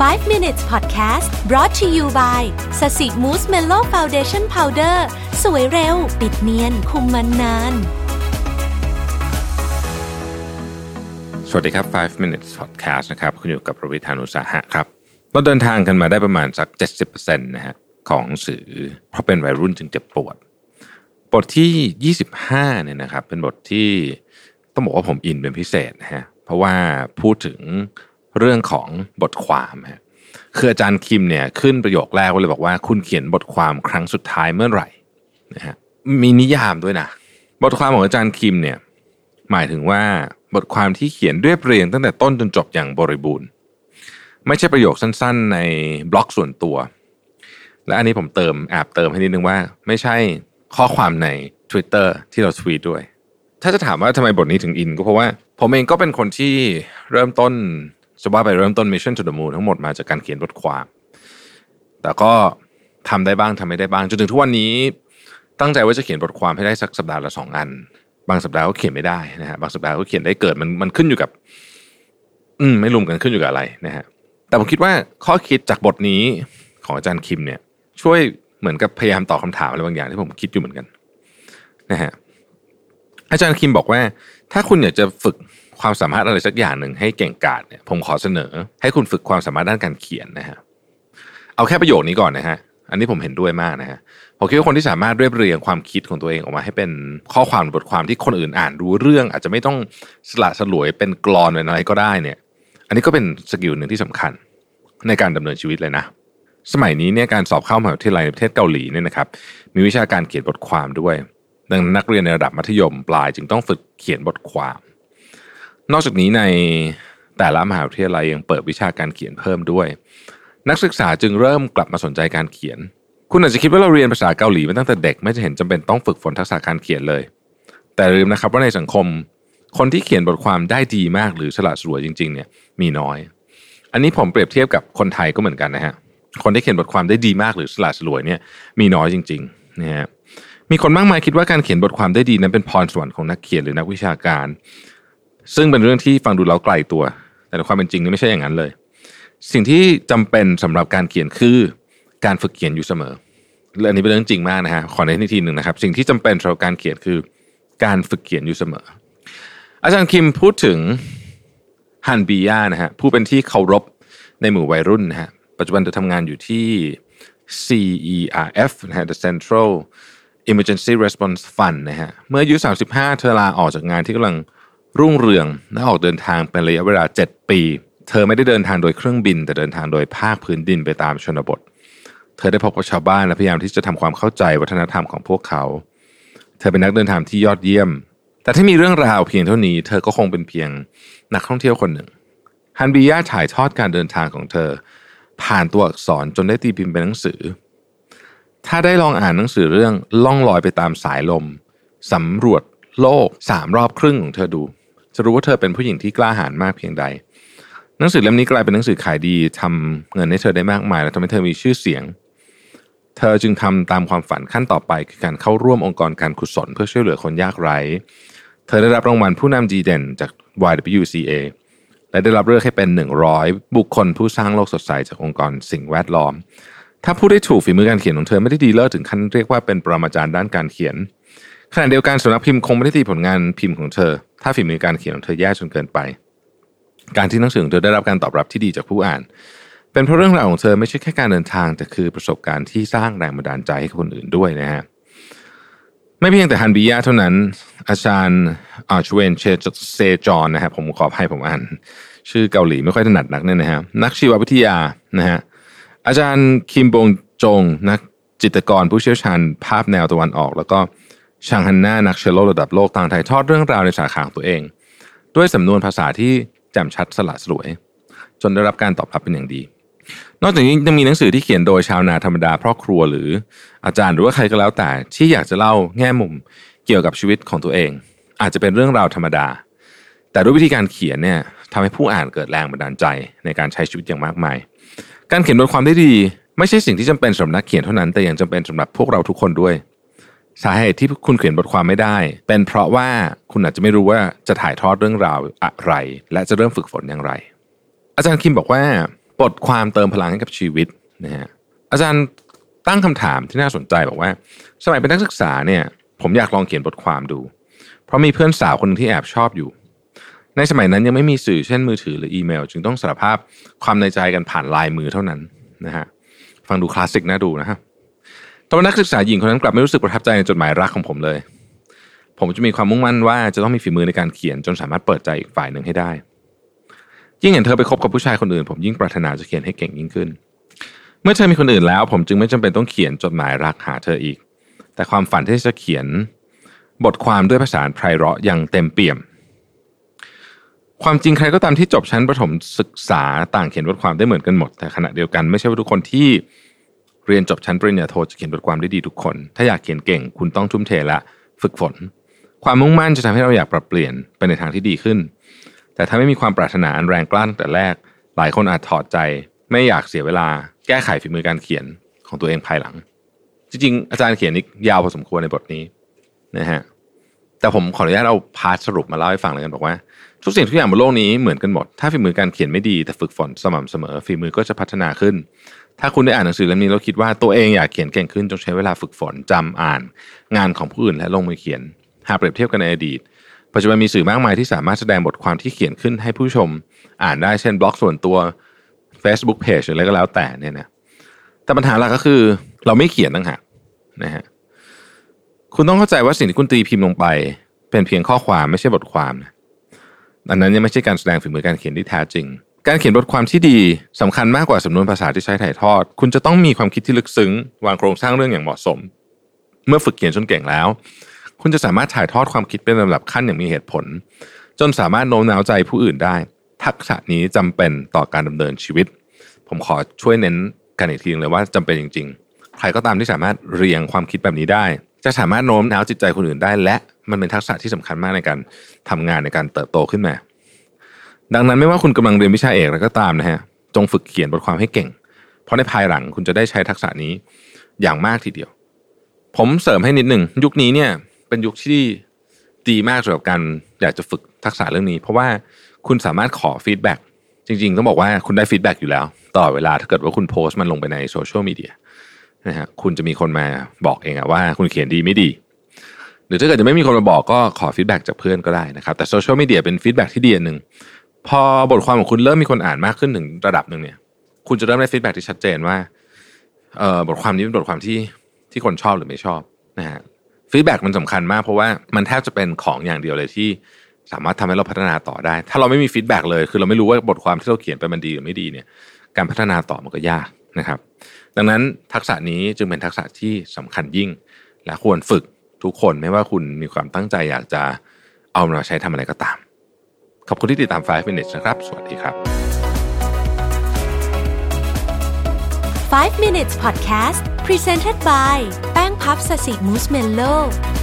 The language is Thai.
5 minutes podcast brought to you by สสิมูสเมโล่ฟาวเดชั่นพาวเดอร์สวยเร็วปิดเนียนคุมมันนานสวัสดีครับ5 minutes podcast นะครับคุณอยู่กับประวิทย์ หาญอุตสาหะครับเราเดินทางกันมาได้ประมาณสัก 70% นะฮะของหนังสือเพราะเป็นวัยรุ่นจึงเจ็บปวดบทที่25เนี่ยนะครับเป็นบทที่ต้องบอกว่าผมอินเป็นพิเศษนะฮะเพราะว่าพูดถึงเรื่องของบทความฮะคืออาจารย์คิมเนี่ยขึ้นประโยคแรกไว้เลยบอกว่าคุณเขียนบทความครั้งสุดท้ายเมื่อไหร่นะฮะมีนิยามด้วยนะบทความของอาจารย์คิมเนี่ยหมายถึงว่าบทความที่เขียนเรียบเรียงตั้งแต่ต้นจนจบอย่างบริบูรณ์ไม่ใช่ประโยคสั้นๆในบล็อกส่วนตัวและอันนี้ผมแอบเติมให้นิดนึงว่าไม่ใช่ข้อความใน Twitter ที่เราทวีตด้วยถ้าจะถามว่าทำไมบทนี้ถึงอินก็เพราะว่าผมเองก็เป็นคนที่เริ่มต้นMission to the Moon ทั้งหมดมาจากการเขียนบทความแต่ก็ทำได้บ้างทำไม่ได้บ้างจนถึงทุกวันนี้ตั้งใจว่าจะเขียนบทความให้ได้สักสัปดาห์ละ2 อันบางสัปดาห์ก็เขียนไม่ได้นะฮะบางสัปดาห์ก็เขียนได้เกิดมันขึ้นอยู่กับไม่รวมกันขึ้นอยู่กับอะไรนะฮะแต่ผมคิดว่าข้อคิดจากบทนี้ของอาจารย์คิมเนี่ยช่วยเหมือนกับพยายามตอบคำถามอะไรบางอย่างที่ผมคิดอยู่เหมือนกันนะฮะอาจารย์คิมบอกว่าถ้าคุณอยากจะฝึกความสามารถอะไรสักอย่างหนึ่งให้เก่งกาจเนี่ยผมขอเสนอให้คุณฝึกความสามารถด้านการเขียนนะฮะเอาแค่ประโยคนี้ก่อนนะฮะอันนี้ผมเห็นด้วยมากนะฮะผมคิดว่าคนที่สามารถเรียบเรียงความคิดของตัวเองออกมาให้เป็นข้อความบทความที่คนอื่นอ่านรู้เรื่องอาจจะไม่ต้องสละสลวยเป็นกลอนเป็นอะไรก็ได้เนี่ยอันนี้ก็เป็นสกิลหนึ่งที่สำคัญในการดำเนินชีวิตเลยนะสมัยนี้เนี่ยการสอบเข้ามหาวิทยาลัยในประเทศเกาหลีเนี่ยนะครับมีวิชาการเขียนบทความด้วยดังนั้นนักเรียนในระดับมัธยมปลายจึงต้องฝึกเขียนบทความนอกจากนี้ในแต่ละมหาวิทยาลัยยังเปิดวิชาการเขียนเพิ่มด้วยนักศึกษาจึงเริ่มกลับมาสนใจการเขียนคุณอาจจะคิดว่าเราเรียนภาษาเกาหลีมาตั้งแต่เด็กไม่จะเห็นจำเป็นต้องฝึกฝนทักษะการเขียนเลยแต่ลืมนะครับว่าในสังคมคนที่เขียนบทความได้ดีมากหรือฉลาดฉลวยจริงๆเนี่ยมีน้อยอันนี้ผมเปรียบเทียบกับคนไทยก็เหมือนกันนะฮะคนที่เขียนบทความได้ดีมากหรือฉลาดฉลวยเนี่ยมีน้อยจริงๆนะฮะมีคนมากมายคิดว่าการเขียนบทความได้ดีนั้นเป็นพรสวรรค์ของนักเขียนหรือนักวิชาการซึ่งเป็นเรื่องที่ฟังดูแล้วไกลตัวแต่ในความเป็นจริงนี่ไม่ใช่อย่างนั้นเลยสิ่งที่จำเป็นสำหรับการเขียนคือการฝึกเขียนอยู่เสมอและอันนี้เป็นเรื่องจริงมากนะฮะขอเน้นอีกทีหนึ่งนะครับสิ่งที่จำเป็นสำหรับการเขียนคือการฝึกเขียนอยู่เสมออาจารย์คิมพูดถึงฮันบีย่านะฮะผู้เป็นที่เคารพในหมู่วัยรุ่นนะฮะปัจจุบันเธอทำงานอยู่ที่ CERF นะฮะ The Central Emergency Response Fund นะฮะเมื่ออายุ35เธอลาออกจากงานที่กำลังรุ่งเรืองและออกเดินทางเป็นระยะเวลา7 ปีเธอไม่ได้เดินทางโดยเครื่องบินแต่เดินทางโดยภาคพื้นดินไปตามชนบทเธอได้พบกับชาวบ้านและพยายามที่จะทำความเข้าใจวัฒนธรรมของพวกเขาเธอเป็นนักเดินทางที่ยอดเยี่ยมแต่ที่มีเรื่องราวเพียงเท่านี้เธอก็คงเป็นเพียงนักท่องเที่ยวคนหนึ่งฮันบีย่าถ่ายทอดการเดินทางของเธอผ่านตัวอักษรจนได้ตีพิมพ์เป็นหนังสือถ้าได้ลองอ่านหนังสือเรื่องล่องลอยไปตามสายลมสำรวจโลก3 รอบครึ่งของเธอดูจะรู้ว่าเธอเป็นผู้หญิงที่กล้าหาญมากเพียงใดหนังสือเล่มนี้กลายเป็นหนังสือขายดีทำเงินให้เธอได้มากมายและทำให้เธอมีชื่อเสียงเธอจึงทำตามความฝันขั้นต่อไปคือการเข้าร่วมองค์กรการกุศลเพื่อช่วยเหลือคนยากไร้เธอได้รับรางวัลผู้นำดีเด่นจาก YWCA และได้รับเลือกให้เป็น100บุคคลผู้สร้างโลกสดใสจากองค์กรสิ่งแวดล้อมถ้าพูดได้ถูกฝีมือการเขียนของเธอไม่ได้ดีเลิศถึงขั้นเรียกว่าเป็นปรมาจารย์ด้านการเขียนขณะเดียวกันสำนักพิมพ์คงไม่ได้ตีผลงานพิมพ์ของเธอถ้าฝีมือการเขียนของเธอแย่จนเกินไปการที่หนังสือของเธอได้รับการตอบรับที่ดีจากผู้อ่านเป็นเพราะเรื่องราวของเธอไม่ใช่แค่การเดินทางแต่คือประสบการณ์ที่สร้างแรงบันดาลใจให้คนอื่นด้วยนะฮะไม่เพียงแต่ฮันบีย่าเท่านั้นอาจารย์ชเวนเซจอนนะฮะผมขอให้ผมอ่านชื่อเกาหลีไม่ค่อยถนัดนักเนี่ยนะฮะนักชีววิทยานะฮะอาจารย์คิมบงจงนักจิตรกรผู้เชี่ยวชาญภาพแนวตะวันออกแล้วก็ชางฮันน่านักเชลโลระดับโลกต่างถ่ายทอดเรื่องราวในสาขาของตัวเองด้วยสำนวนภาษาที่แจ่มชัดสละสลวยจนได้รับการตอบรับเป็นอย่างดีนอกจากนี้ยังมีหนังสือที่เขียนโดยชาวนาธรรมดาพ่อครัวหรืออาจารย์หรือว่าใครก็แล้วแต่ที่อยากจะเล่าแง่มุมเกี่ยวกับชีวิตของตัวเองอาจจะเป็นเรื่องราวธรรมดาแต่ด้วยวิธีการเขียนเนี่ยทำให้ผู้อ่านเกิดแรงบันดาลใจในการใช้ชีวิตอย่างมากมายการเขียนบทความได้ดีไม่ใช่สิ่งที่จำเป็นสำหรับนักเขียนเท่านั้นแต่ยังจำเป็นสำหรับพวกเราทุกคนด้วยสาเหตุที่คุณเขียนบทความไม่ได้เป็นเพราะว่าคุณอาจจะไม่รู้ว่าจะถ่ายทอดเรื่องราวอะไรและจะเริ่มฝึกฝนอย่างไรอาจารย์คิมบอกว่าปบทความเติมพลังให้กับชีวิตนะฮะอาจารย์ตั้งคำถามที่น่าสนใจบอกว่าสมัยเป็นนักศึกษาเนี่ยผมอยากลองเขียนบทความดูเพราะมีเพื่อนสาวคนนึงที่แอบชอบอยู่ในสมัยนั้นยังไม่มีสื่อเช่นมือถือหรืออีเมลจึงต้องสารภาพความในใจกันผ่านลายมือเท่านั้นนะฮะฟังดูคลาสสิกน่าดูนะฮะแต่ว่านักศึกษาหญิงคนนั้นกลับไม่รู้สึกประทับใจในจดหมายรักของผมเลยผมจะมีความมุ่งมั่นว่าจะต้องมีฝีมือในการเขียนจนสามารถเปิดใจอีกฝ่ายหนึ่งให้ได้ยิ่งเห็นเธอไปคบกับผู้ชายคนอื่นผมยิ่งปรารถนาจะเขียนให้เก่งยิ่งขึ้นเมื่อเธอมีคนอื่นแล้วผมจึงไม่จำเป็นต้องเขียนจดหมายรักหาเธออีกแต่ความฝันที่จะเขียนบทความด้วยภาษาไพเราะยังเต็มเปี่ยมความจริงใครก็ตามที่จบชั้นประถมศึกษาต่างเขียนบทความได้เหมือนกันหมดแต่ขณะเดียวกันไม่ใช่ว่าทุกคนที่เรียนจบชั้นปริญญาโทจะเขียนบทความได้ดีทุกคนถ้าอยากเขียนเก่งคุณต้องทุ่มเทและฝึกฝนความมุ่งมั่นจะทำให้เราอยากปรับเปลี่ยนไปในทางที่ดีขึ้นแต่ถ้าไม่มีความปรารถนาอันแรงกล้าตั้งแต่แรกหลายคนอาจถอดใจไม่อยากเสียเวลาแก้ไขฝีมือการเขียนของตัวเองภายหลังจริงๆอาจารย์เขียนนี่ยาวพอสมควรในบทนี้นะฮะแต่ผมขออนุญาตเอาพาร์ทสรุปมาเล่าให้ฟังเลยกันบอกว่าทุกสิ่งทุกอย่างบนโลกนี้เหมือนกันหมดถ้าฝีมือการเขียนไม่ดีแต่ฝึกฝนสม่ำเสมอฝีมือก็จะพัฒนาขึ้นถ้าคุณได้อ่านหนังสือเล่มนี้แล้วคิดว่าตัวเองอยากเขียนเก่งขึ้นจงใช้เวลาฝึกฝนจำอ่านงานของผู้อื่นและลงมือเขียนหากเปรียบเทียบกันในอดีตปัจจุบันมีสื่อมากมายที่สามารถแสดงบทความที่เขียนขึ้นให้ผู้ชมอ่านได้เช่นบล็อกส่วนตัว Facebook Page หรืออะไรก็แล้วแต่เนี่ยนะแต่ปัญหาหลักก็คือเราไม่เขียนต่างหากนะฮะคุณต้องเข้าใจว่าสิ่งที่คุณตีพิมพ์ลงไปเป็นเพียงข้อความไม่ใช่บทความนะอันนั้นยังไม่ใช่การแสดงฝีมือการเขียนที่แท้จริงการเขียนบทความที่ดีสำคัญมากกว่าสำนวนภาษาที่ใช้ถ่ายทอดคุณจะต้องมีความคิดที่ลึกซึ้งวางโครงสร้างเรื่องอย่างเหมาะสมเมื่อฝึกเขียนจนเก่งแล้วคุณจะสามารถถ่ายทอดความคิดเป็นลำดับขั้นอย่างมีเหตุผลจนสามารถโน้มน้าวใจผู้อื่นได้ทักษะนี้จำเป็นต่อการดำเนินชีวิตผมขอช่วยเน้นกันอีกทีนึงเลยว่าจำเป็นจริงๆใครก็ตามที่สามารถเรียงความคิดแบบนี้ได้จะสามารถโน้มน้าวจิตใจคนอื่นได้และมันเป็นทักษะที่สำคัญมากในการทำงานในการเติบโตขึ้นมาดังนั้นไม่ว่าคุณกำลังเรียนวิชาเอกอะไรก็ตามนะฮะจงฝึกเขียนบทความให้เก่งเพราะในภายหลังคุณจะได้ใช้ทักษะนี้อย่างมากทีเดียวผมเสริมให้นิดนึงยุคนี้เนี่ยเป็นยุคที่ดีมากสำหรับการอยากจะฝึกทักษะเรื่องนี้เพราะว่าคุณสามารถขอฟีดแบ็กจริงๆต้องบอกว่าคุณได้ฟีดแบ็กอยู่แล้วตลอดเวลาถ้าเกิดว่าคุณโพสต์มันลงไปในโซเชียลมีเดียนะฮะคุณจะมีคนมาบอกเองว่าคุณเขียนดีไม่ดีหรือถ้าเกิดจะไม่มีคนมาบอกก็ขอฟีดแบ็กจากเพื่อนก็ได้นะครับแต่โซเชียลมีเดียเป็นฟีดแบ็กที่ดีอันนึงพอบทความของคุณเริ่มมีคนอ่านมากขึ้นถึงระดับนึงเนี่ยคุณจะเริ่มได้ฟีดแบ็กที่ชัดเจนว่าบทความนี้เป็นบทความที่คนชอบหรือไม่ชอบนะฮะฟีดแบ็กมันสำคัญมากเพราะว่ามันแทบจะเป็นของอย่างเดียวเลยที่สามารถทำให้เราพัฒนาต่อได้ถ้าเราไม่มีฟีดแบ็กเลยคือเราไม่รู้ว่าบทความที่เราเขียนไปมันดีหรือไม่ดีเนี่ยการพัฒนาต่อมันก็ยากนะครับดังนั้นทักษะนี้จึงเป็นทักษะที่สำคัญยิ่งและควรฝึกทุกคนไม่ว่าคุณมีความตั้งใจอยากจะเอามาใช้ทำอะไรก็ตามขอบคุณที่ติดตาม 5 minutes นะครับสวัสดีครับ 5 minutes podcast presented by แป้งพับสสิมูสเมลโล่